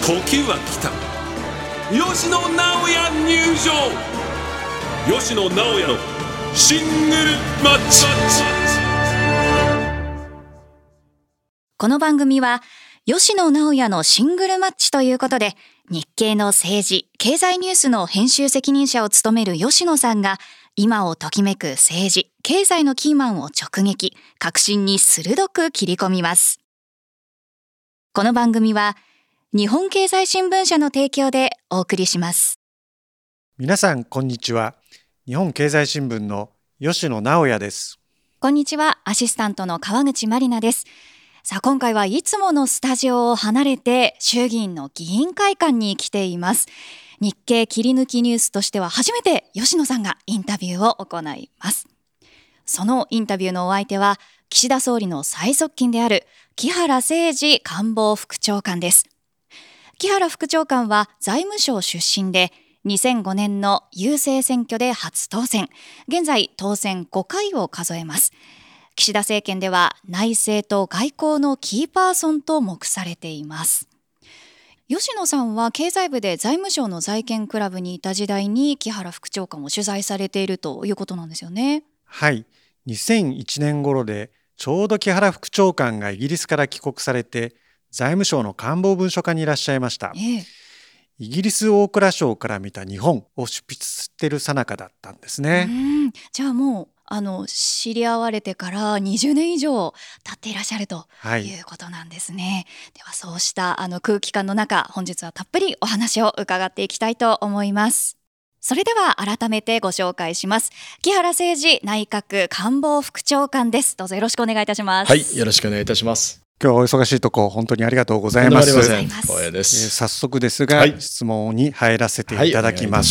時は来た。吉野直哉入場。吉野直哉のシングルマッチ。 この番組は吉野直哉のシングルマッチということで、日経の政治・経済ニュースの編集責任者を務める吉野さんが、今をときめく政治・経済のキーマンを直撃、核心に鋭く切り込みます。この番組は日本経済新聞社の提供でお送りします。 皆さんこんにちは。日本経済新聞の吉野直哉です。 こんにちは。アシスタントの川口まりなです。さあ、今回はいつものスタジオを離れて衆議院の議員会館に来ています。日経切り抜きニュースとしては初めて吉野さんがインタビューを行います。そのインタビューのお相手は岸田総理の最側近である木原誠二官房副長官です。木原副長官は財務省出身で、2005年の郵政選挙で初当選、現在当選5回を数えます。岸田政権では内政と外交のキーパーソンと目されています。吉野さんは経済部で財務省の財検クラブにいた時代に木原副長官を取材されているということなんですよね。 はい、2001年頃でちょうど木原副長官がイギリスから帰国されて、財務省の官房文書課にいらっしゃいました。イギリス大蔵省から見た日本を執筆している最中だったんですね。 じゃあもう知り合われてから20年以上経っていらっしゃるということなんですね。ではそうした空気感の中、本日はたっぷりお話を伺っていきたいと思います。それでは改めてご紹介します。木原誠二内閣官房副長官です。どうぞよろしくお願いいたします。 はい、よろしくお願いいたします。 今日はお忙しいところ本当にありがとうございます。 光栄です。 早速ですが、質問に入らせていただきます。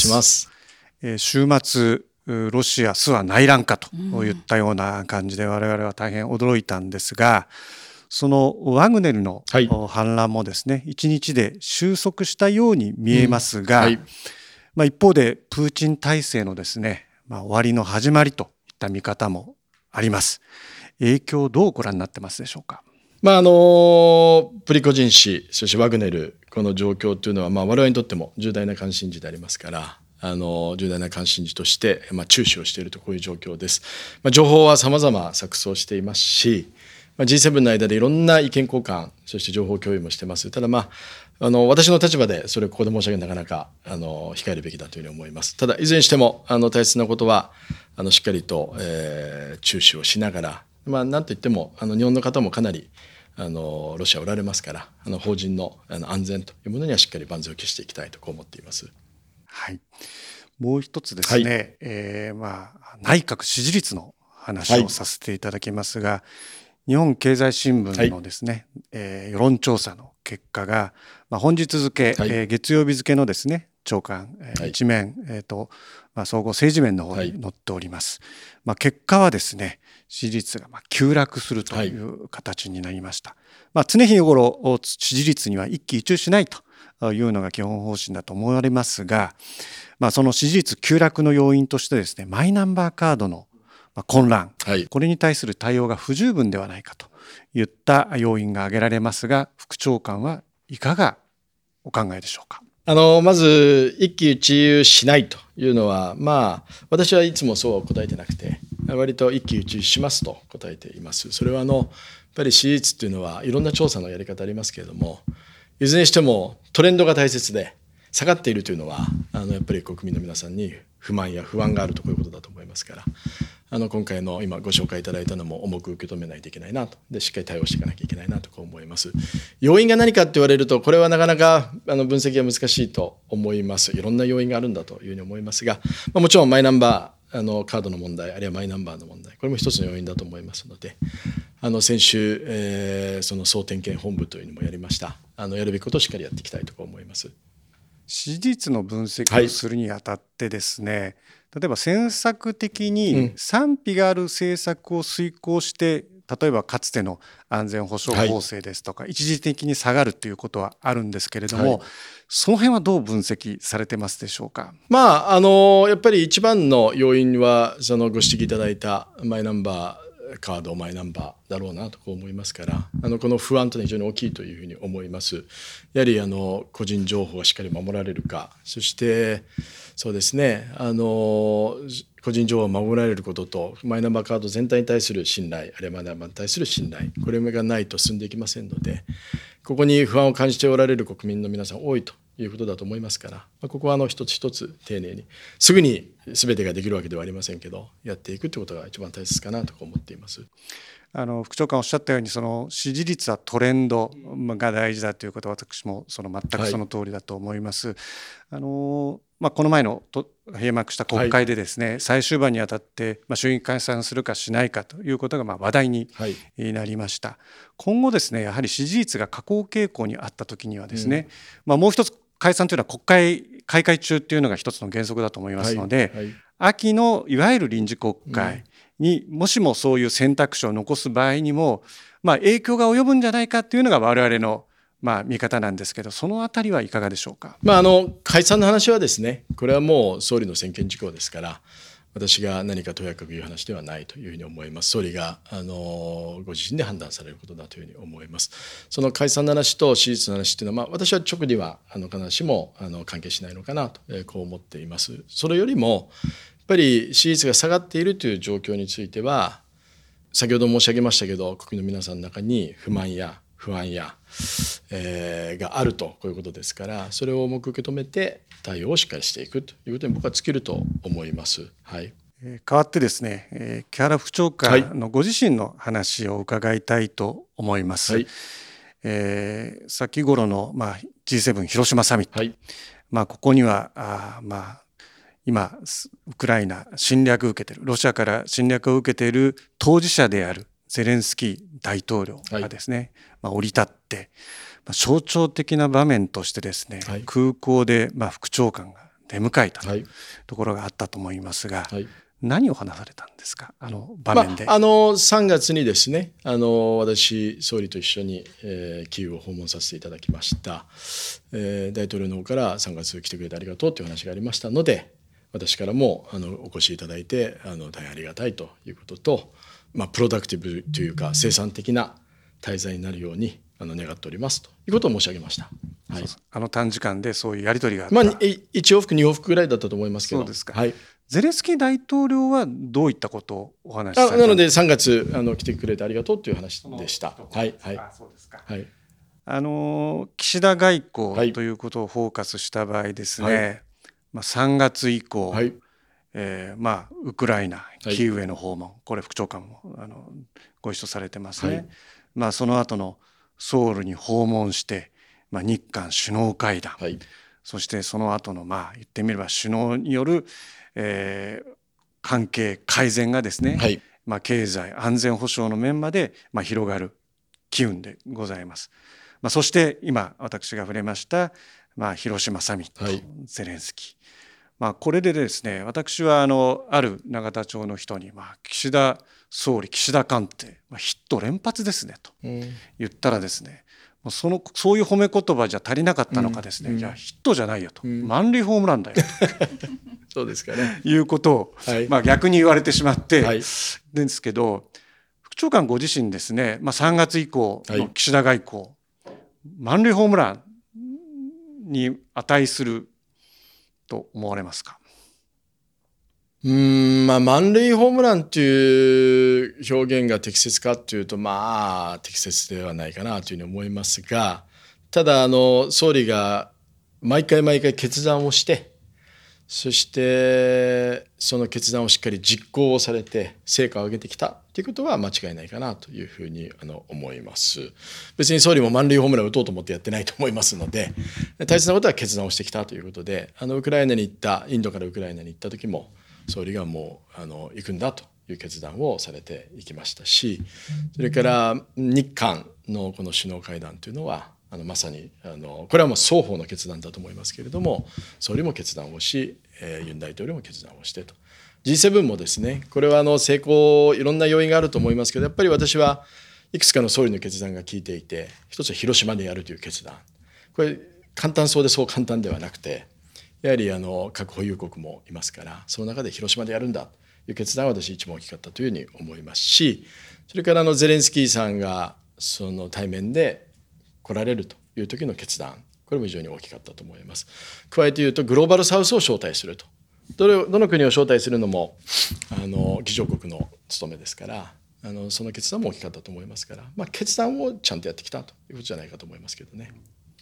週末ロシアスは内乱かといったような感じで我々は大変驚いたんですが、そのワグネルの反乱もですね、1日で収束したように見えますが、一方でプーチン体制のですね、終わりの始まりといった見方もあります。影響をどうご覧になってますでしょうか。 プリゴジン氏、そしてワグネル、この状況というのは我々にとっても重大な関心事でありますから、重大な関心事として注視をしていると、こういう状況です。情報は様々錯綜していますし、G7 の間でいろんな意見交換、そして情報共有もしてます。ただ私の立場でそれをここで申し上げるのはなかなか控えるべきだというふうに思います。ただいずれにしても大切なことはしっかりと、注視をしながら、なんといっても日本の方もかなりロシアおられますから、法人の安全というものにはしっかり万全を期していきたいとこう思っています。 はい、もう一つですね、内閣支持率の話をさせていただきますが、日本経済新聞のですね、世論調査の結果が、本日付、月曜日付のですね朝刊、一面、総合政治面の方に載っております。結果はですね、支持率が急落するという形になりました。常日頃支持率には一喜一憂しないというのが基本方針だと思われますが、その支持率急落の要因としてですね、マイナンバーカードの混乱、これに対する対応が不十分ではないかといった要因が挙げられますが、副長官はいかがお考えでしょうか。 まず一喜一憂しないというのは、私はいつもそうは答えてなくて、割と一喜一憂しますと答えています。それはやっぱり支持率というのはいろんな調査のやり方ありますけれども、いずれにしてもトレンドが大切で、下がっているというのはやっぱり国民の皆さんに不満や不安があると、こういうことだと思いますから、今回の今ご紹介いただいたのも重く受け止めないといけないなと、でしっかり対応していかなきゃいけないなとこう思います。要因が何かって言われると、これはなかなか分析が難しいと思います。いろんな要因があるんだというふうに思いますが、もちろんマイナンバーカードの問題、あるいはマイナンバーの問題、これも一つの要因だと思いますので、先週、その総点検本部というのもやりました。やるべきことをしっかりやっていきたいと思います。 支持率の分析をするにあたってですね、例えば政策的に賛否がある政策を遂行して、例えばかつての安全保障法制ですとか、一時的に下がるということはあるんですけれども、その辺はどう分析されてますでしょうか。 やっぱり一番の要因は、そのご指摘いただいたマイナンバカードマイナンバーだろうなと思いますから、この不安というのは非常に大きいというふうに思います。やはり個人情報がしっかり守られるか、そしてそうですね、個人情報を守られることとマイナンバーカード全体に対する信頼、あるいはマイナンバーに対する信頼、これがないと進んでいきませんので、ここに不安を感じておられる国民の皆さん多いということだと思いますから、ここは一つ一つ丁寧に、すぐに全てができるわけではありませんけど、やっていくということが一番大切かなと思っています。 副長官おっしゃったように、その支持率はトレンドが大事だということは、私も全くその通りだと思います。この前の閉幕した国会でですね、最終盤にあたって、衆議院解散するかしないかということが話題になりました。今後ですね、やはり支持率が下降傾向にあったときにはですね、もう一つ解散というのは国会開会中というのが一つの原則だと思いますので、秋のいわゆる臨時国会にもしもそういう選択肢を残す場合にも、影響が及ぶんじゃないかというのが我々の見方なんですけど、そのあたりはいかがでしょうか。 解散の話はですね、これはもう総理の専権事項ですから、私が何かとやかく言う話ではないというふうに思います。総理がご自身で判断されることだというふうに思います。その解散の話と支持率の話というのは、私は直には必ずしも関係しないのかなとこう思っています。それよりもやっぱり支持率が下がっているという状況については、先ほど申し上げましたけど、国民の皆さんの中に不満や不安や、があると、こういうことですから、それを重く受け止めて対応をしっかりしていくということに僕は尽きると思います。変わってですね、木原副長官のご自身の話を伺いたいと思います。先頃のG7 広島サミット、ここには今ウクライナ侵略を受けている、ロシアから侵略を受けている当事者であるゼレンスキー大統領がですね、降り立って象徴的な場面としてですね、空港で副長官が出迎えたところがあったと思いますが、何を話されたんですか、場面で。 3月にですね、私総理と一緒に、キーウを訪問させていただきました。大統領の方から3月来てくれてありがとうという話がありましたので、私からもお越しいただいて大変ありがたいということと、プロダクティブというか生産的な滞在になるように願っておりますということを申し上げました。 短時間でそういうやり取りがあった。 1往復2往復ぐらいだったと思いますけど。 そうですか。ゼレンスキー大統領はどういったことをお話しされたんですか。 なので3月来てくれてありがとうという話でした。 そうですか。岸田外交ということをフォーカスした場合ですね、3月以降、ウクライナキーウへの訪問、これ副長官もご一緒されてますね。その後のソウルに訪問して、日韓首脳会談、そしてその後の言ってみれば首脳による、関係改善がですね、経済安全保障の面まで広がる機運でございます。そして今私が触れました広島サミット、ゼレンスキー、これでですね、私はある永田町の人に岸田総理岸田官邸ヒット連発ですねと言ったらですね、そういう褒め言葉じゃ足りなかったのかですね、じゃあヒットじゃないよと、満塁ホームランだよとそうですかね、 いうことを、逆に言われてしまってですけど、副長官ご自身ですね、3月以降の岸田外交、満塁ホームランに値すると思われますか。 満塁ホームランという表現が適切かというと適切ではないかなというふうに思いますが、ただ総理が毎回決断をして、そしてその決断をしっかり実行をされて成果を上げてきたということは間違いないかなというふうに思います。別に総理も満塁ホームランを打とうと思ってやってないと思いますので、大切なことは決断をしてきたということで、ウクライナに行ったインドからウクライナに行った時も総理がもう行くんだという決断をされていきましたし、それから日韓のこの首脳会談というのはまさにこれはもう双方の決断だと思いますけれども、総理も決断をし、ユン大統領も決断をしてと、 G7 もですね、これは成功いろんな要因があると思いますけど、やっぱり私はいくつかの総理の決断が効いていて、一つは広島でやるという決断、これ簡単そうでそう簡単ではなくて、やはり核保有国もいますから、その中で広島でやるんだという決断は私一番大きかったというふうに思いますし、それからゼレンスキーさんがその対面で来られるという時の決断、これも非常に大きかったと思います。加えて言うとグローバルサウスを招待すると、どの国を招待するのも議長国の務めですから、その決断も大きかったと思いますから、決断をちゃんとやってきたということじゃないかと思いますけどね。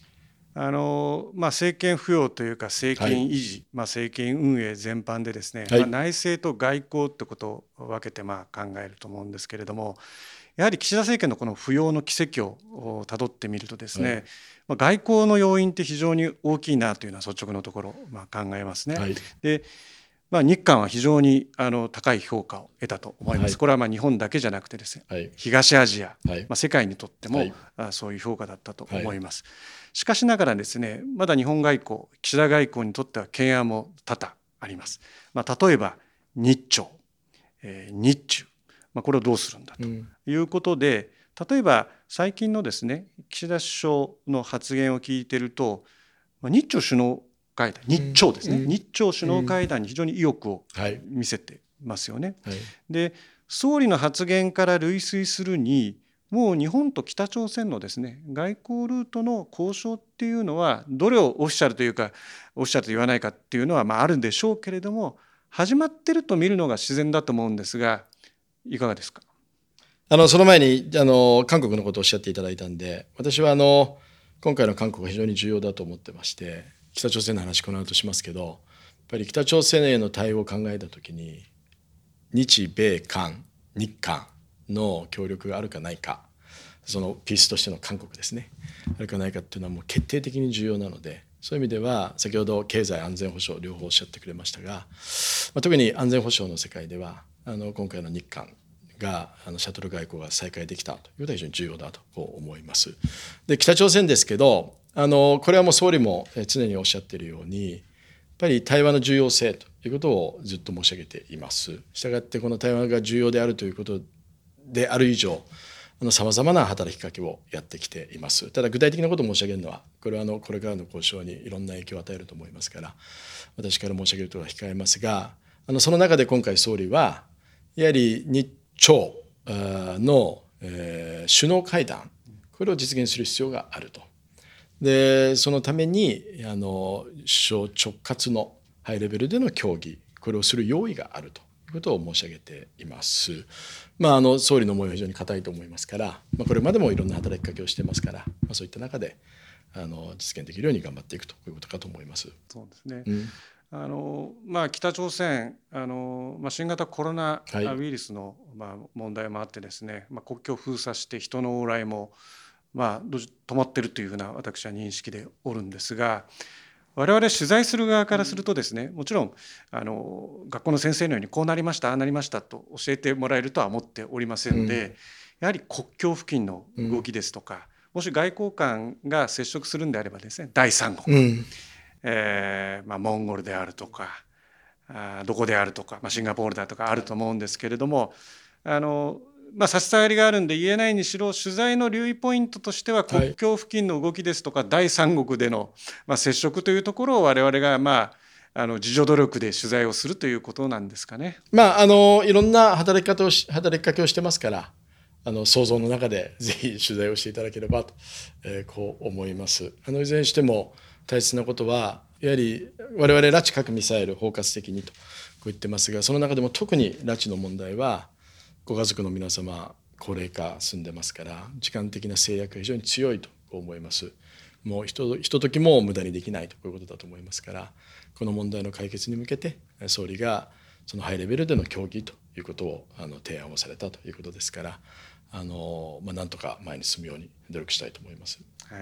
政権浮揚というか政権維持、政権運営全般でですね、内政と外交ってことを分けて考えると思うんですけれども、やはり岸田政権のこの浮揚の軌跡をたどってみるとですね、外交の要因って非常に大きいなというのは率直なところ考えますね。で日韓は非常に高い評価を得たと思います。これは日本だけじゃなくてですね、東アジア、世界にとってもそういう評価だったと思います。しかしながらですね、まだ日本外交、岸田外交にとっては懸案も多々あります。例えば日朝、日中、これをどうするんだということで、例えば最近のですね、岸田首相の発言を聞いていると、日朝首脳会談、日朝ですね、日朝首脳会談に非常に意欲を見せてますよね。で、総理の発言から類推するに、もう日本と北朝鮮のですね、外交ルートの交渉っていうのは、どれをオフィシャルというかオフィシャルと言わないかっていうのはあるんでしょうけれども、始まってると見るのが自然だと思うんですが、いかがですか。 その前に韓国のことをおっしゃっていただいたんで、私は今回の韓国が非常に重要だと思ってまして、北朝鮮の話この後しますけど、やっぱり北朝鮮への対応を考えたときに、日米韓日韓の協力があるかないか、そのピースとしての韓国ですね、あるかないかっていうのはもう決定的に重要なので、そういう意味では先ほど経済安全保障両方おっしゃってくれましたが、特に安全保障の世界では今回の日韓がシャトル外交が再開できたということは非常に重要だと思います。で、北朝鮮ですけど、これはもう総理も常におっしゃっているように、やっぱり対話の重要性ということをずっと申し上げています。したがってこの対話が重要であるということである以上、さまざまな働きかけをやってきています。ただ具体的なことを申し上げるのは、これはこれからの交渉にいろんな影響を与えると思いますから、私から申し上げるとは控えますが、その中で今回総理はやはり日朝の首脳会談、これを実現する必要があると。で、そのために首相直轄のハイレベルでの協議、これをする用意があるということを申し上げています。総理の思いは非常に固いと思いますから、これまでもいろんな働きかけをしてますから、そういった中で実現できるように頑張っていくということかと思います。 そうですね。北朝鮮新型コロナウイルスの問題もあってですね、国境を封鎖して人の往来も止まっているというふうな私は認識でおるんですが、我々取材する側からするとですね、もちろん学校の先生のようにこうなりましたああなりましたと教えてもらえるとは思っておりませんで、やはり国境付近の動きですとか、もし外交官が接触するんであればですね、第三国、モンゴルであるとかどこであるとか、シンガポールだとかあると思うんですけれども、差し障りがあるんで言えないにしろ、取材の留意ポイントとしては国境付近の動きですとか、第三国での接触というところを我々が自助努力で取材をするということなんですかね。 いろんな働きかけをしてますから、想像の中でぜひ取材をしていただければと、こう思います。いずれにしても大切なことは、やはり我々拉致核ミサイル包括的にとこう言ってますが、その中でも特に拉致の問題はご家族の皆様高齢化進んでますから、時間的な制約が非常に強いと思います。もうひとときも無駄にできないということだと思いますから、この問題の解決に向けて総理がそのハイレベルでの協議ということを提案をされたということですから、なんとか前に進むように努力したいと思います。 はい。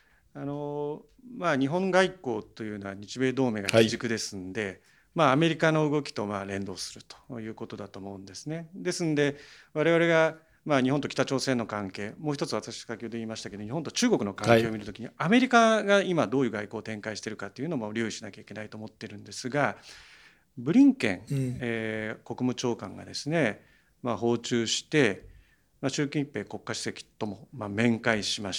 日本外交というのは日米同盟が基軸ですんで、アメリカの動きと連動するということだと思うんですね。ですんで我々が日本と北朝鮮の関係、もう一つ私先ほど言いましたけど、日本と中国の関係を見るときに、アメリカが今どういう外交を展開しているかというのも留意しなきゃいけないと思っているんですが、ブリンケン、国務長官がですね、訪中して習近平国家主席とも面会しました。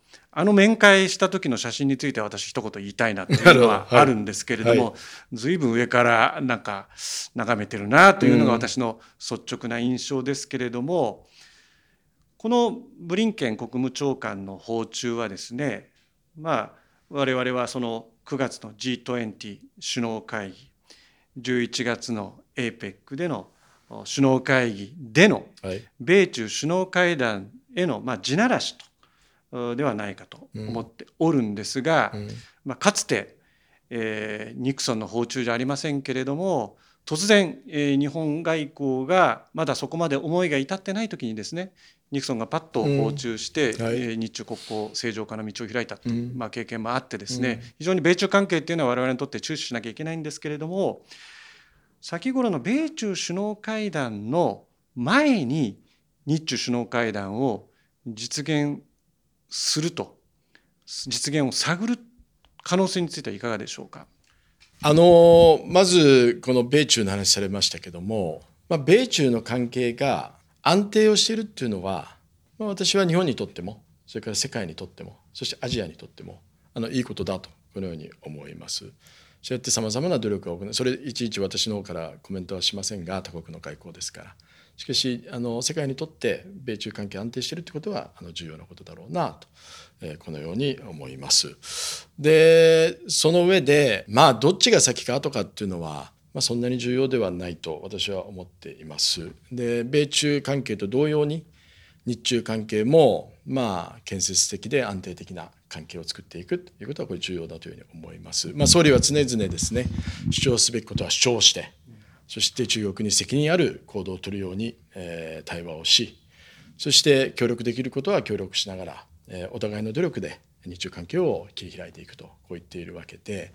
面会した時の写真については私一言言いたいなというのはあるんですけれども、随分上からなんか眺めてるなというのが私の率直な印象ですけれども、このブリンケン国務長官の訪中はですね、我々はその9月の G20 首脳会議、11月の APEC での首脳会議での米中首脳会談への地ならしとではないかと思っておるんですが、かつてニクソンの訪中じゃありませんけれども、突然日本外交がまだそこまで思いが至ってない時にですね、ニクソンがパッと訪中して日中国交正常化の道を開いたという経験もあってですね、非常に米中関係っていうのは我々にとって注視しなきゃいけないんですけれども、先頃の米中首脳会談の前に日中首脳会談を実現すると、実現を探る可能性についてはいかがでしょうか。 まずこの米中の話されましたけども、米中の関係が安定をしているっていうのは、私は日本にとっても、それから世界にとっても、そしてアジアにとってもいいことだとこのように思います。そうやってさまざまな努力を行う、それいちいち私の方からコメントはしませんが、他国の外交ですから。しかし世界にとって米中関係安定しているということは重要なことだろうなと、このように思います。でその上でどっちが先か後かっていうのは、そんなに重要ではないと私は思っています。で米中関係と同様に日中関係も建設的で安定的な関係を作っていくということはこれ重要だというふうに思います。総理は常々ですね、主張すべきことは主張して、そして中国に責任ある行動を取るように対話をし、そして協力できることは協力しながらお互いの努力で日中関係を切り開いていくとこう言っているわけで、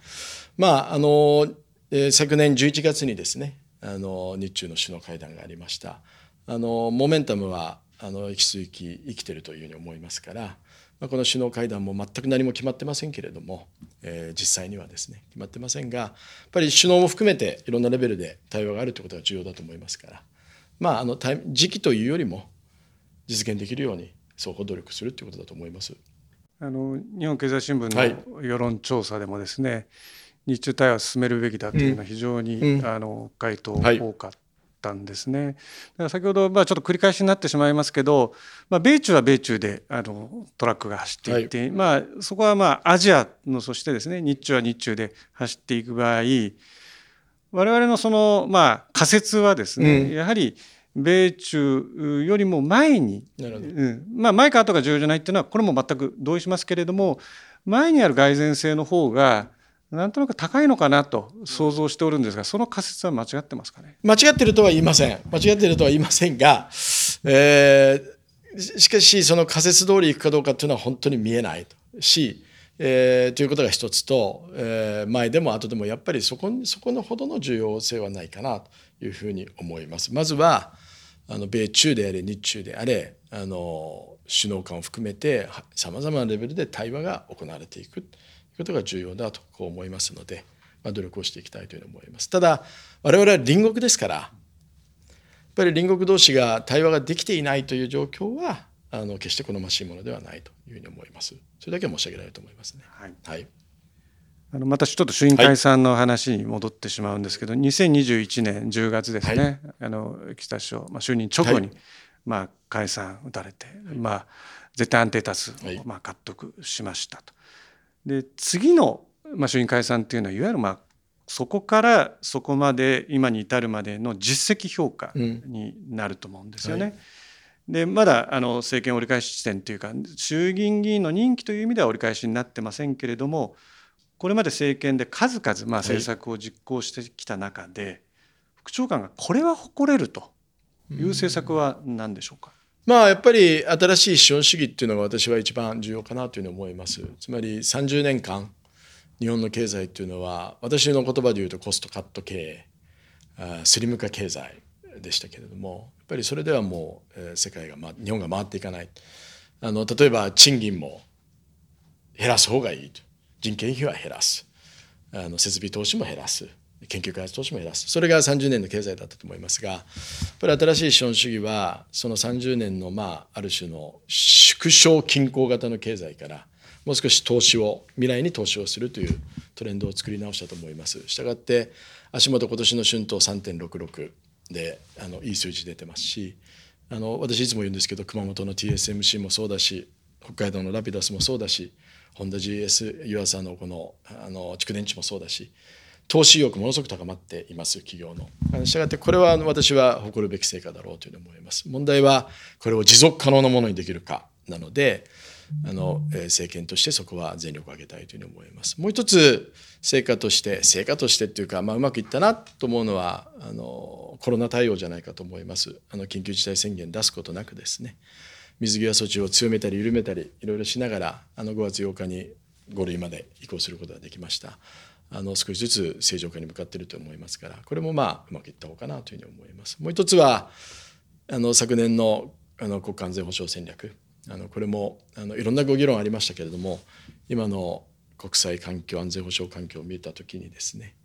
昨年11月にですね日中の首脳会談がありました。モメンタムは引き続き生きているというふうに思いますから、この首脳会談も全く何も決まってませんけれども、実際にはですね決まってませんが、やっぱり首脳も含めていろんなレベルで対話があるということが重要だと思いますから、時期というよりも実現できるように双方努力するということだと思います。 日本経済新聞の世論調査でもですね、日中対話を進めるべきだというのは非常に回答多かったんですね。だから先ほどちょっと繰り返しになってしまいますけど、米中は米中でトラックが走っていて、そこはアジアの、そしてですね日中は日中で走っていく場合、我々のその仮説はですね、やはり米中よりも前に、前か後が重要じゃないっていうのはこれも全く同意しますけれども、前にある蓋然性の方がなんとなく高いのかなと想像しておるんですが、その仮説は間違ってますかね。 間違ってるとは言いません。間違ってるとは言いませんが、しかしその仮説通りいくかどうかっていうのは本当に見えないし、ということが一つと、前でも後でもやっぱりそこのほどの重要性はないかなというふうに思います。まずは米中であれ日中であれ首脳間を含めてさまざまなレベルで対話が行われていくということが重要だとこう思いますので、努力をしていきたいというふうに思います。ただ我々は隣国ですから、やっぱり隣国同士が対話ができていないという状況は決して好ましいものではないというふうに思います。それだけは申し上げられると思いますね。 またちょっと衆院解散の話に戻ってしまうんですけど、2021年10月ですね、岸田首相、就任直後に、解散打たれて、絶対安定多数を獲得しましたと。で次の、衆院解散っていうのは、いわゆるそこからそこまで今に至るまでの実績評価になると思うんですよね。でまだ政権折り返し地点というか、衆議院議員の任期という意味では折り返しになってませんけれども、これまで政権で数々政策を実行してきた中で、副長官がこれは誇れるという政策は何でしょうか。 やっぱり新しい資本主義っていうのが私は一番重要かなというふうに思います。つまり30年間日本の経済っていうのは、私の言葉で言うとコストカット経営、スリム化経済でしたけれども、やっぱりそれではもう世界が日本が回っていかない。例えば賃金も減らす方がいいと、人件費は減らす、設備投資も減らす、 研究開発投資も減らす。それが30年の経済だったと思いますが、やっぱり新しい資本主義はその30年のある種の縮小均衡型の経済からもう少し未来に投資をするというトレンドを作り直したと思います。したがって足元今年の春闘 3.66 でいい数字出てますし、私いつも言うんですけど、熊本の TSMC もそうだし、北海道のラピダスもそうだし、ホンダ GS 湯浅のこの蓄電池もそうだし、投資意欲ものすごく高まっています企業の。したがってこれは私は誇るべき成果だろうというふうに思います。問題はこれを持続可能なものにできるかなので、政権としてそこは全力を挙げたいというふうに思います。もう一つ成果としてっていうか、うまくいったなと思うのはコロナ対応じゃないかと思います。緊急事態宣言出すことなくですね、水際措置を強めたり緩めたりいろいろしながら5月8日に5類まで移行することができました。少しずつ正常化に向かっていると思いますから、これもうまくいった方かなというふうに思います。もう一つは昨年の国家安全保障戦略、これもいろんなご議論ありましたけれども、今の国際環境安全保障環境を見たときにですね、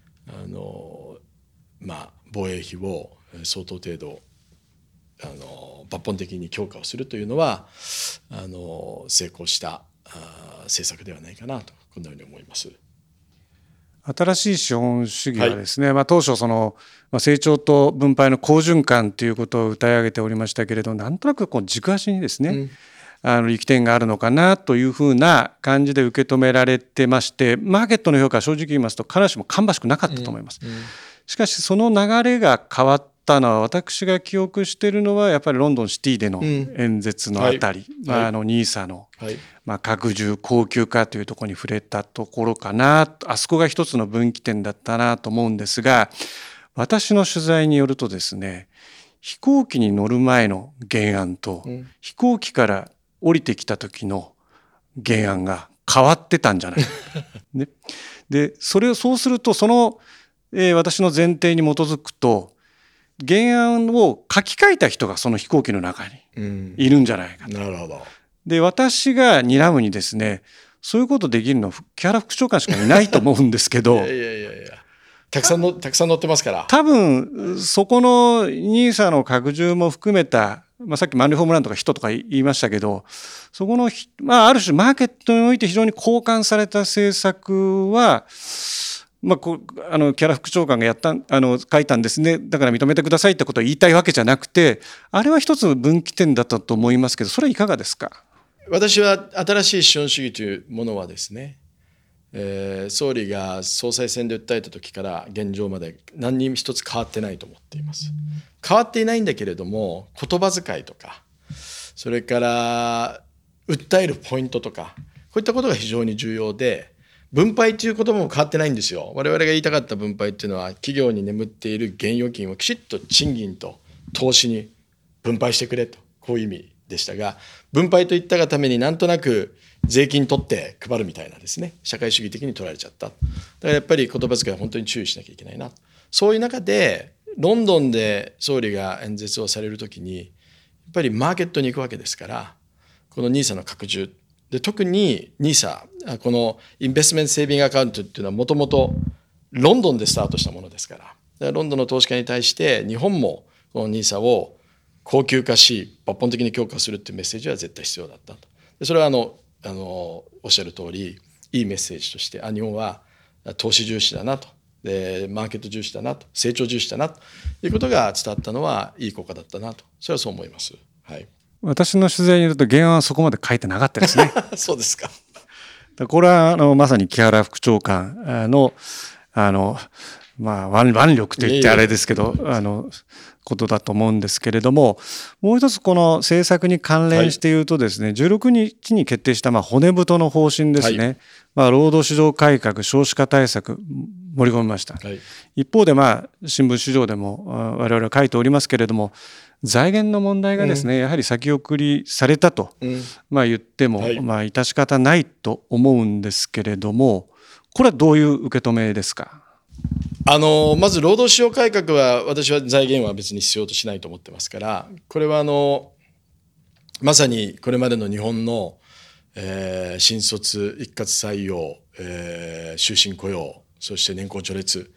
防衛費を相当程度抜本的に強化をするというのは成功した政策ではないかなと、こんなふうに思います。 新しい資本主義はですね、当初成長と分配の好循環ということを謳い上げておりましたけれど、なんとなく軸足にですね、力点があるのかなというふうな感じで受け止められてまして、マーケットの評価は正直言いますと必ずしも芳しくなかったと思います。しかしその流れが変わったのは、私が記憶しているのはやっぱりロンドンシティでの演説のあたり、NISA の拡充恒久化というところに触れたところかな、あそこが一つの分岐点だったなと思うんですが、私の取材によるとですね、飛行機に乗る前の原案と飛行機から降りてきた時の原案が変わってたんじゃないか、ね、でそうすると私の前提に基づくと、原案を書き換えた人がその飛行機の中にいるんじゃないかと。 なるほど。 で、私が睨むにですね、そういうことできるのは木原副長官しかいないと思うんですけど、 たくさん載ってますから。 多分そこの NISA の拡充も含めた、さっきマンリーホームランとか人とか言いましたけど、そこのある種マーケットにおいて非常に好感された政策は、木原副長官が書いたんですね、だから認めてくださいってことを言いたいわけじゃなくて、あれは一つ分岐点だったと思いますけど、それはいかがですか。 私は新しい資本主義というものはですね、総理が総裁選で訴えた時から現状まで何に一つ変わってないと思っています。変わっていないんだけれども、言葉遣いとか、それから訴えるポイントとか、こういったことが非常に重要で、分配ということも変わってないんですよ。我々が言いたかった分配というのは、企業に眠っている現預金をきちっと賃金と投資に分配してくれと、こういう意味でしたが、分配といったがためになんとなく税金取って配るみたいなですね、社会主義的に取られちゃった。だからやっぱり言葉遣いは本当に注意しなきゃいけないな。そういう中でロンドンで総理が演説をされるときに、やっぱりマーケットに行くわけですから、この NISA の拡充で、特に NISA、このインベストメントセービングアカウントっていうのはもともとロンドンでスタートしたものですから、だからロンドンの投資家に対して日本もこの NISA を恒久化し抜本的に強化するっていうメッセージは絶対必要だったと。でそれはおっしゃる通りいいメッセージとして、日本は投資重視だなと、でマーケット重視だなと、成長重視だなということが伝わったのはいい効果だったなと、それはそう思います。はい。 私の取材によると原案はそこまで書いてなかったですね。 そうですか。 これはまさに木原副長官の腕力と言ってあれですけど、ことだと思うんですけれども、もう一つこの政策に関連して言うとですね、16日に決定した骨太の方針ですね、労働市場改革、少子化対策盛り込みました。一方で新聞市場でも我々は書いておりますけれども、財源の問題がですね、やはり先送りされたと言っても致し方ないと思うんですけれども、これはどういう受け止めですか。 まず労働市場改革は私は財源は別に必要としないと思ってますから、これはまさにこれまでの日本の、新卒一括採用、終身雇用、そして年功序列、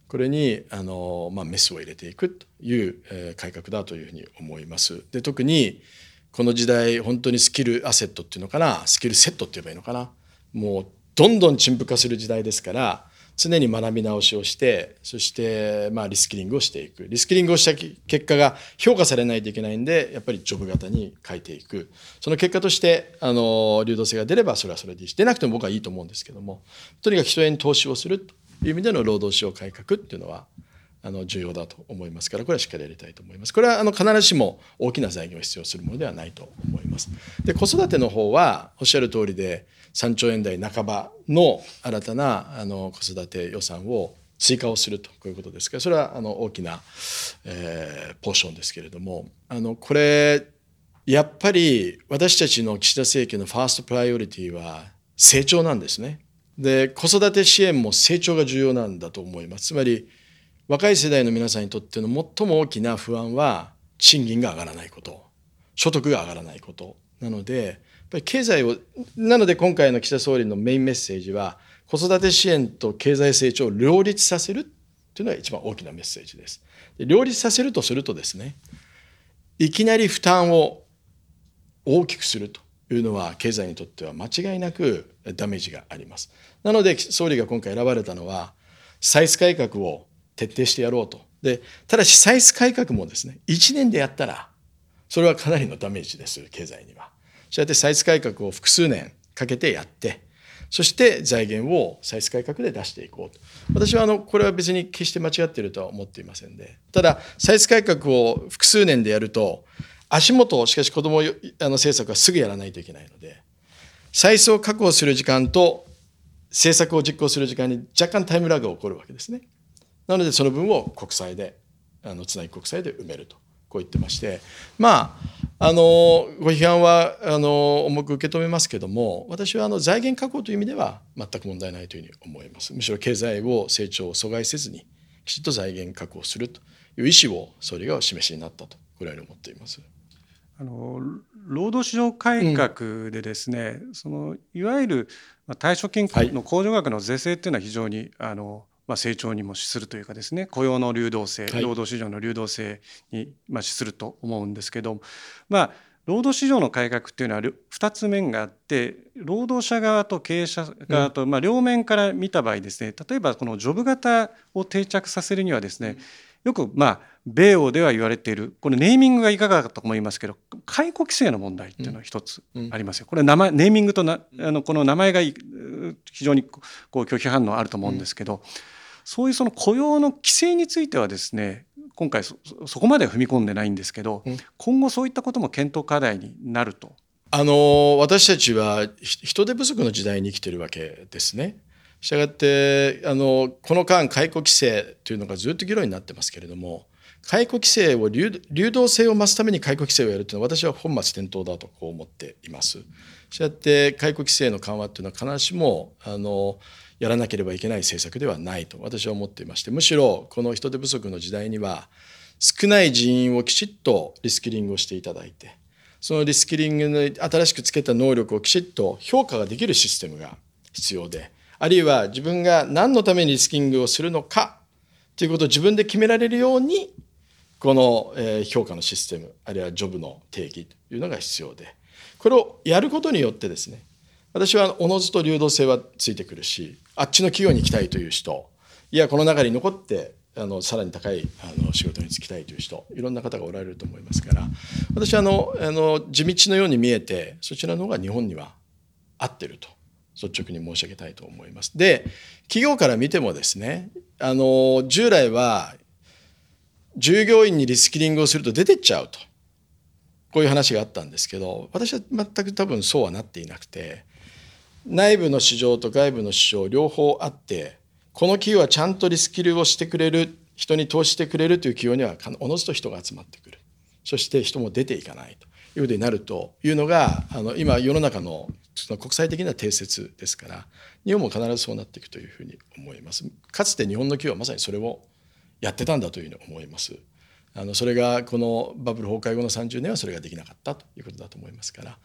これにメスを入れていくという改革だというふうに思います。で、特にこの時代、本当にスキルアセットっていうのかな、スキルセットって言えばいいのかな、もうどんどん陳腐化する時代ですから、常に学び直しをして、そしてリスキリングをしていく。リスキリングをした結果が評価されないといけないんで、やっぱりジョブ型に変えていく。その結果として流動性が出ればそれはそれでいいし、出なくても僕はいいと思うんですけども、とにかく人へに投資をするという意味での労働市場改革っていうのは重要だと思いますから、これはしっかりやりたいと思います。これは必ずしも大きな財源を必要するものではないと思います。で、子育ての方はおっしゃる通りで3兆円台半ばの新たな子育て予算を追加をすると、こういうことですから、それは大きな、ポーションですけれども、これやっぱり私たちの岸田政権のファーストプライオリティは成長なんですね。で、子育て支援も成長が重要なんだと思います。つまり若い世代の皆さんにとっての最も大きな不安は賃金が上がらないこと、所得が上がらないことなので、やっぱり経済を、なので今回の岸田総理のメインメッセージは、子育て支援と経済成長を両立させるというのが一番大きなメッセージです。で、両立させるとするとですね、いきなり負担を大きくするというのは経済にとっては間違いなくダメージがあります。なので総理が今回選ばれたのは、歳出改革を徹底してやろうと。で、ただし歳出改革もですね、1年でやったら、それはかなりのダメージです、経済には。そうやって歳出改革を複数年かけてやって、そして財源を歳出改革で出していこうと。私はこれは別に決して間違っているとは思っていませんで、ただ歳出改革を複数年でやると、足元をしかし子ども政策はすぐやらないといけないので、歳出を確保する時間と政策を実行する時間に若干タイムラグが起こるわけですね。なのでその分を国債でつなぎ国債で埋めると、こう言ってまして、ご批判は重く受け止めますけども、私は財源確保という意味では全く問題ないというふうに思います。むしろ経済を成長を阻害せずにきちっと財源確保するという意思を総理がお示しになったと、これより思っています。 労働市場改革でですね、いわゆる退職金の控除額の是正っていうのは非常に成長にも資するというかですね、雇用の流動性、労働市場の流動性に資すると思うんですけど、労働市場の改革っていうのは2つ面があって、労働者側と経営者側と両面から見た場合ですね、例えばこのジョブ型を定着させるにはですね、よく米欧では言われている、これネーミングがいかがかと思いますけど、解雇規制の問題っていうのは一つありますよ。これネーミングとこの名前が非常に拒否反応あると思うんですけど、そういう雇用の規制についてはですね、今回 そこまでは踏み込んでないんですけど、今後そういったことも検討課題になると。 私たちは人手不足の時代に生きているわけですね。したがってこの間解雇規制というのがずっと議論になってますけれども、解雇規制を流動性を増すために解雇規制をやるというのは私は本末転倒だとこう思っています。したがって解雇規制の緩和というのは必ずしもやらなければいけない政策ではないと私は思っていまして、むしろこの人手不足の時代には少ない人員をきちっとリスキリングをしていただいて、そのリスキリングの新しくつけた能力をきちっと評価ができるシステムが必要で、あるいは自分が何のためにリスキリングをするのかということを自分で決められるように、この評価のシステム、あるいはジョブの定義というのが必要で、これをやることによってですね、私はおのずと流動性はついてくるし、あっちの企業に行きたいという人、いやこの中に残ってさらに高い仕事に就きたいという人、いろんな方がおられると思いますから、私は地道のように見えて、そちらの方が日本には合ってると率直に申し上げたいと思います。で、企業から見てもですね、従来は従業員にリスキリングをすると出てっちゃうと、こういう話があったんですけど、私は全く多分そうはなっていなくて、内部の市場と外部の市場両方あって、この企業はちゃんとリスキルをしてくれる、人に投資してくれるという企業にはおのずと人が集まってくる、そして人も出ていかないということになるというのが今世の中の国際的な定説ですから、日本も必ずそうなっていくというふうに思います。かつて日本の企業はまさにそれをやってたんだというふうに思います。それがこのバブル崩壊後の30年はそれができなかったということだと思いますから、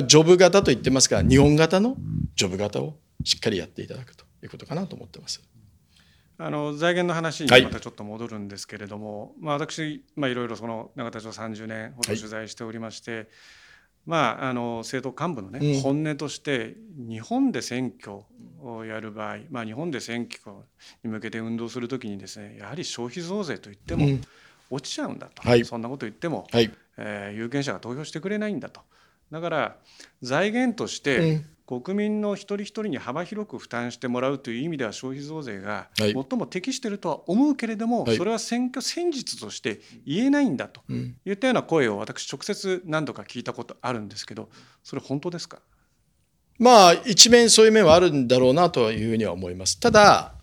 ジョブ型と言ってますから、日本型のジョブ型をしっかりやっていただくということかなと思ってます。 財源の話にまたちょっと戻るんですけれども、私、いろいろその永田町30年ほど取材しておりまして、政党幹部のね、本音として日本で選挙をやる場合、日本で選挙に向けて運動するときにですね、やはり消費増税といっても落ちちゃうんだと、そんなこと言っても、有権者が投票してくれないんだと。だから財源として国民の一人一人に幅広く負担してもらうという意味では消費増税が最も適しているとは思うけれども、それは選挙戦術として言えないんだといったような声を私直接何度か聞いたことあるんですけど、それ本当ですか？ 一面そういう面はあるんだろうなというふうには思います。ただ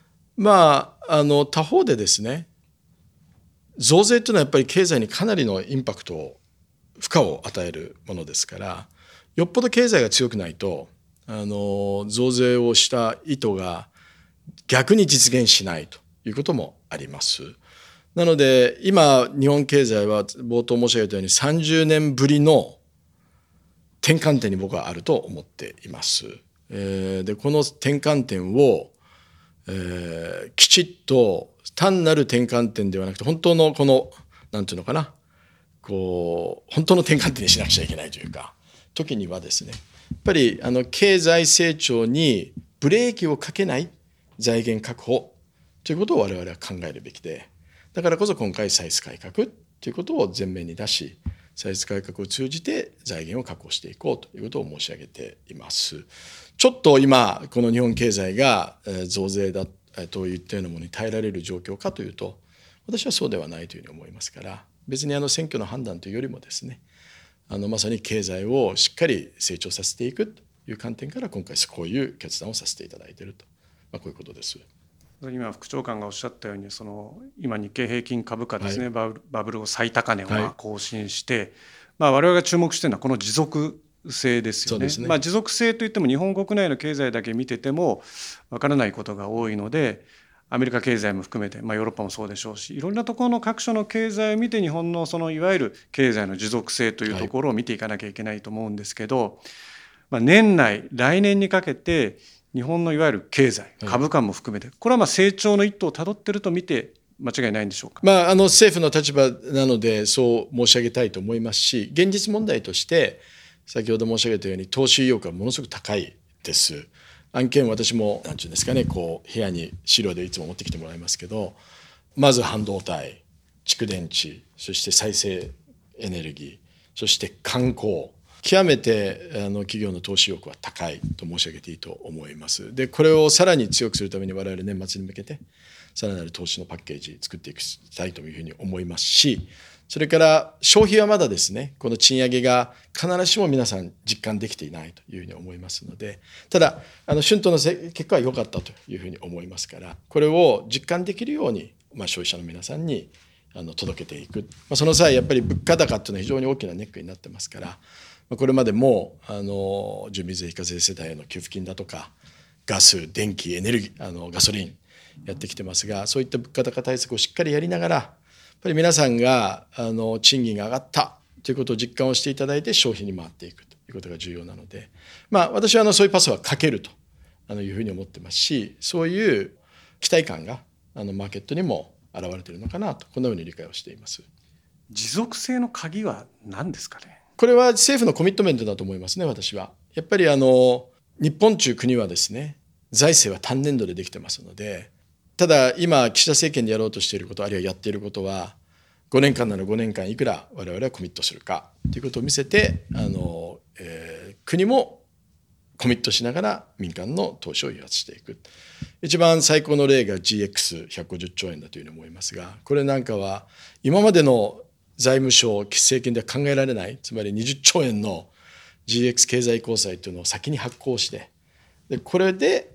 他方でですね、増税というのはやっぱり経済にかなりのインパクトを負荷を与えるものですから、よっぽど経済が強くないと増税をした意図が逆に実現しないということもあります。なので今日本経済は冒頭申し上げたように30年ぶりの転換点に僕はあると思っています。でこの転換点を、きちっと単なる転換点ではなくて本当のこのなんていうのかな、本当の転換点にしなくちゃいけないというか時にはですね、やっぱり経済成長にブレーキをかけない財源確保ということを我々は考えるべきで、だからこそ今回歳出改革ということを前面に出し、歳出改革を通じて財源を確保していこうということを申し上げています。ちょっと今この日本経済が増税だといったようなものに耐えられる状況かというと、私はそうではないというふうに思いますから、別に選挙の判断というよりもですね、まさに経済をしっかり成長させていくという観点から今回こういう決断をさせていただいていると、こういうことです。 今副長官がおっしゃったように今日経平均株価ですね、バブル後最高値を更新して、我々が注目しているのはこの持続性ですよね。持続性といっても日本国内の経済だけ見ててもわからないことが多いので、アメリカ経済も含めて、ヨーロッパもそうでしょうし、いろんなところの各所の経済を見て日本のいわゆる経済の持続性というところを見ていかなきゃいけないと思うんですけど、年内来年にかけて日本のいわゆる経済、株価も含めてこれは成長の一途をたどっていると見て間違いないんでしょうか？ 政府の立場なのでそう申し上げたいと思いますし、現実問題として先ほど申し上げたように投資意欲はものすごく高いです。案件私も何て言うんですかね、部屋に資料でいつも持ってきてもらいますけど、まず半導体、蓄電池、そして再生エネルギー、そして観光、極めて企業の投資意欲は高いと申し上げていいと思います。でこれをさらに強くするために我々年末に向けてさらなる投資のパッケージ作っていきたいというふうに思いますし、それから消費はまだですね、この賃上げが必ずしも皆さん実感できていないというふうに思いますので、ただ春闘の結果は良かったというふうに思いますから、これを実感できるように、消費者の皆さんに届けていく、その際やっぱり物価高というのは非常に大きなネックになってますから、これまでも住民税非課税世帯への給付金だとかガス、電気、エネルギー、ガソリンやってきてますが、そういった物価高対策をしっかりやりながら、やっぱり皆さんが賃金が上がったということを実感をしていただいて消費に回っていくということが重要なので、私はそういうパスはかけるというふうに思ってますし、そういう期待感がマーケットにも現れているのかなと、このように理解をしています。 持続性の鍵は何ですかね？ これは政府のコミットメントだと思いますね。私はやっぱり日本という国はですね、財政は単年度でできてますので、ただ今岸田政権でやろうとしていること、あるいはやっていることは5年間なら5年間いくら我々はコミットするかということを見せて、国もコミットしながら民間の投資を誘発していく。一番最高の例が GX150 兆円だというふうに思いますが、これなんかは今までの財務省政権では考えられない、つまり20兆円の GX 経済移行債というのを先に発行して、でこれで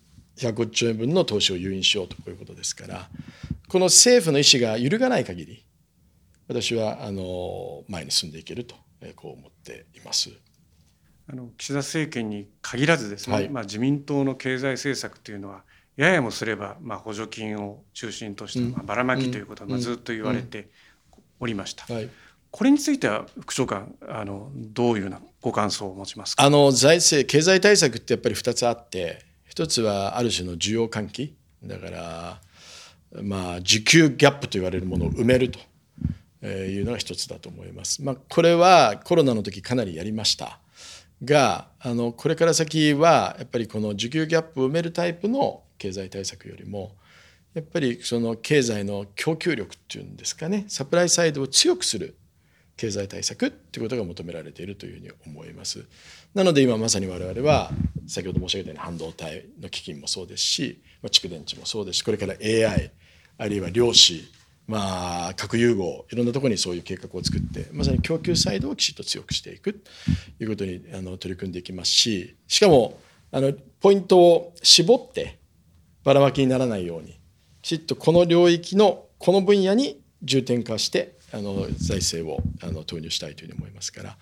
150兆円分の投資を誘引しようと、こういうことですから、この政府の意思が揺るがない限り、私は前に進んでいけると、こう思っています。 岸田政権に限らずですね、自民党の経済政策というのはややもすれば補助金を中心としたばらまきということがずっと言われておりました。これについては副長官どういうようなご感想を持ちますか？ 財政経済対策ってやっぱり2つあって、一つはある種の需要喚起、 だから需給ギャップと言われるものを埋めるというのが一つだと思います。これはコロナの時かなりやりましたが、これから先はやっぱりこの需給ギャップを埋めるタイプの経済対策よりも、やっぱりその経済の供給力っていうんですかね、サプライサイドを強くする経済対策っていうことが求められているというふうに思います。なので今まさに我々は先ほど申し上げたように半導体の基金もそうですし、蓄電池もそうですし、これから AI あるいは量子、核融合、いろんなところにそういう計画を作って、まさに供給サイドをきちっと強くしていくということに取り組んでいきますし、しかもポイントを絞ってばらまきにならないように、きちっとこの領域のこの分野に重点化して財政を投入したいというふうに思いますから、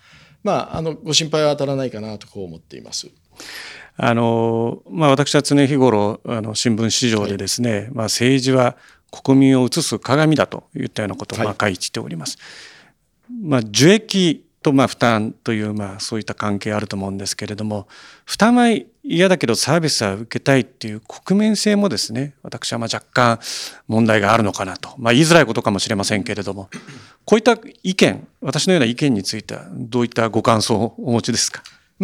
ご心配は当たらないかなとこう思っています。 私は常日頃新聞市場でですね、政治は国民を映す鏡だといったようなことを書いております。受益と負担というそういった関係あると思うんですけれども、負担は嫌だけどサービスは受けたいっていう国民性もですね、私は若干問題があるのかなと、言いづらいことかもしれませんけれども、こういった意見、私のような意見についてはどういったご感想をお持ちですか？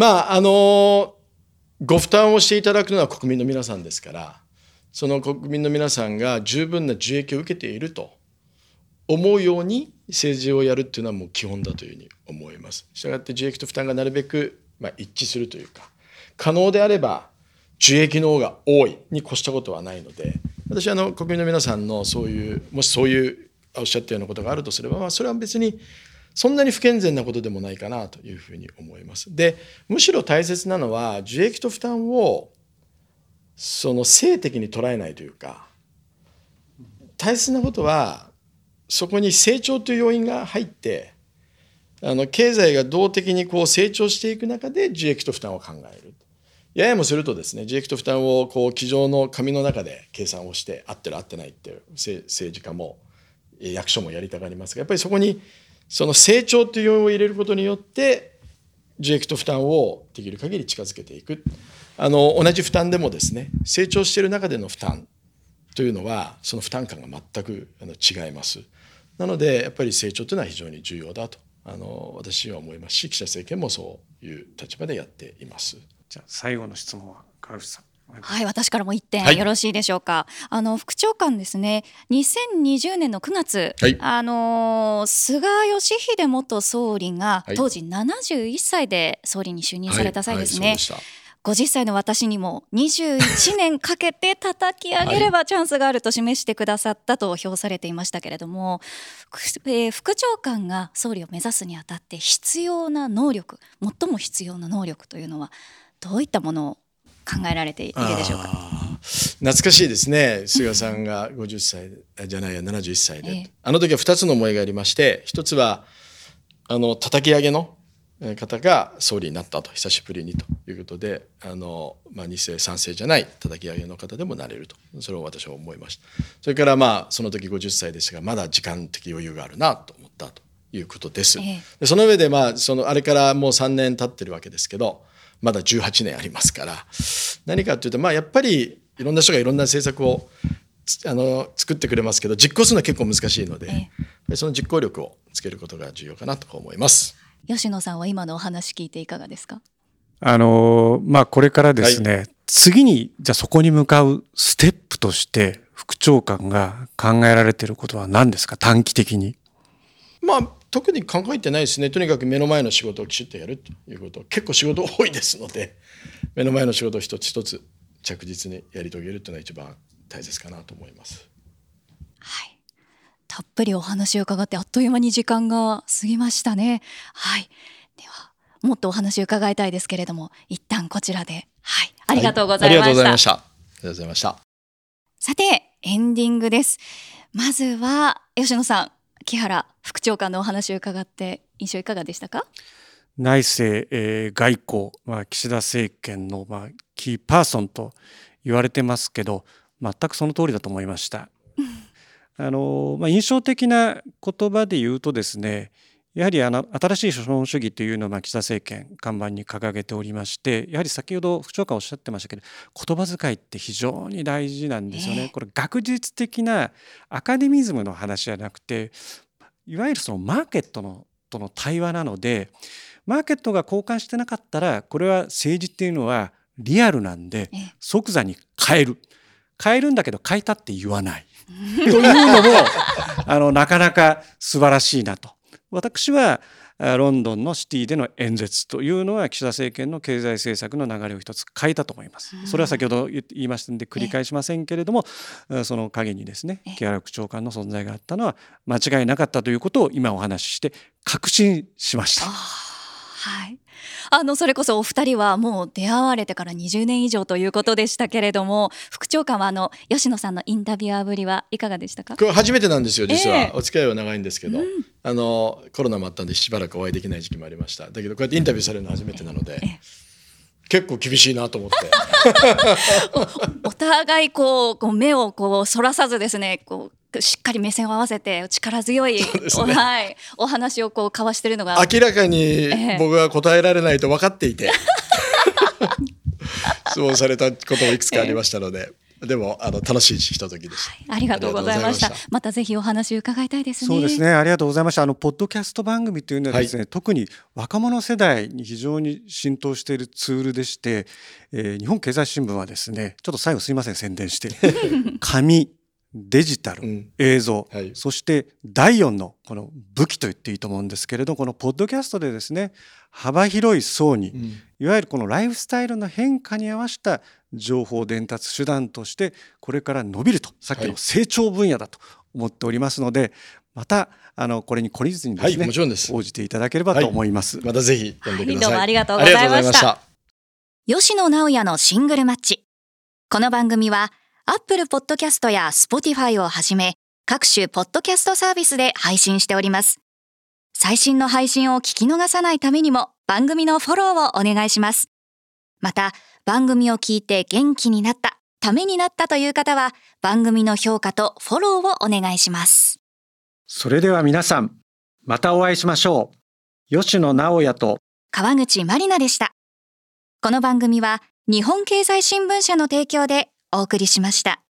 ご負担をしていただくのは国民の皆さんですから、その国民の皆さんが十分な受益を受けていると思うように政治をやるっていうのはもう基本だというふうに思います。したがって受益と負担がなるべく一致するというか、可能であれば受益の方が多いに越したことはないので、私は国民の皆さんのそういうもしそういうおっしゃったようなことがあるとすれば、それは別にそんなに不健全なことでもないかなというふうに思います。で、むしろ大切なのは受益と負担を性的に捉えないというか、大切なことはそこに成長という要因が入って、経済が動的に成長していく中で受益と負担を考える。ややもするとですね、受益と負担を机上の紙の中で計算をして合ってる合ってないって政治家も役所もやりたがりますが、やっぱりそこにその成長という要因を入れることによって受益と負担をできる限り近づけていく。同じ負担でもですね、成長している中での負担というのはその負担感が全く違います。なのでやっぱり成長というのは非常に重要だと私は思いますし、岸田政権もそういう立場でやっています。 じゃあ最後の質問は川口さん。 はい、私からも1点よろしいでしょうか。副長官ですね、2020年の9月、菅義偉元総理が当時71歳で総理に就任された際ですね、50歳の私にも21年かけて叩き上げればチャンスがあると示してくださったと評されていましたけれども、副長官が総理を目指すにあたって必要な能力、最も必要な能力というのはどういったものを考えられているでしょうか。 懐かしいですね。菅さんが50歳じゃないや71歳で、あの時は2つの思いがありまして、一つは叩き上げの方が総理になったと、久しぶりにということで、2世3世じゃない叩き上げの方でもなれると、それを私は思いました。それからその時50歳でしたが、まだ時間的余裕があるなと思ったということです。でその上であれからもう3年経ってるわけですけど、まだ18年ありますから、何かというとやっぱりいろんな人がいろんな政策を作ってくれますけど、実行するのは結構難しいので、その実行力をつけることが重要かなと思います。 吉野さんは今のお話聞いていかがですか？ これからですね、次にじゃあそこに向かうステップとして副長官が考えられていることは何ですか、短期的に。 特に考えてないですね。とにかく目の前の仕事をきちっとやるということ、結構仕事多いですので、目の前の仕事を一つ一つ着実にやり遂げるというのが一番大切かなと思います。 はい、たっぷりお話を伺ってあっという間に時間が過ぎましたね。はい、ではもっとお話を伺いたいですけれども、一旦こちらで、ありがとうございました。 ありがとうございました。ありがとうございました。 さてエンディングです。まずは吉野さん、木原副長官のお話を伺って印象いかがでしたか？ 内政、外交、岸田政権のキーパーソンと言われてますけど、全くその通りだと思いました。印象的な言葉で言うとですね、 やはり新しい資本主義というのを岸田政権看板に掲げておりまして、やはり先ほど副長官おっしゃってましたけど、言葉遣いって非常に大事なんですよね。これ学術的なアカデミズムの話じゃなくて、いわゆるそのマーケットとの対話なので、マーケットが交換してなかったら、これは政治っていうのはリアルなんで即座に変えるんだけど変えたって言わないというのもなかなか素晴らしいなと。私はロンドンのシティでの演説というのは岸田政権の経済政策の流れを一つ変えたと思います。それは先ほど言いましたので繰り返しませんけれども、その陰にですね、木原副長官の存在があったのは間違いなかったということを今お話しして確信しました。 はい、それこそお二人はもう出会われてから20年以上ということでしたけれども、副長官は吉野さんのインタビュアーぶりはいかがでしたか？ これ初めてなんですよ実は、お付き合いは長いんですけど、コロナもあったんでしばらくお会いできない時期もありました。だけどこうやってインタビューされるの初めてなので、結構厳しいなと思ってお互い目をそらさずですね、しっかり目線を合わせて力強い、お話を交わしているのが明らかに僕が答えられないと分かっていて質問されたこともいくつかありましたので、でも楽しいひとときでした。 ありがとうございました。またぜひお話伺いたいですね。 そうですね、ありがとうございました。ポッドキャスト番組というのはですね、特に若者世代に非常に浸透しているツールでして、日本経済新聞はですね、ちょっと最後すいません宣伝して紙、デジタル、映像、そして第4のこの武器と言っていいと思うんですけれど、このポッドキャストでですね、幅広い層に、いわゆるこのライフスタイルの変化に合わせた情報伝達手段としてこれから伸びると、さっきの成長分野だと思っておりますので、またこれに懲りずにですね、 もちろんです、 応じていただければと思います。 またぜひ読んでください。 どうもありがとうございました。吉野直也のシングルマッチ。この番組はApple Podcast や Spotify をはじめ各種ポッドキャストサービスで配信しております。最新の配信を聞き逃さないためにも番組のフォローをお願いします。また番組を聞いて元気になった、ためになったという方は番組の評価とフォローをお願いします。 それでは皆さん、またお会いしましょう。吉野直也と川口まりなでした。この番組は日本経済新聞社の提供でお送りしました。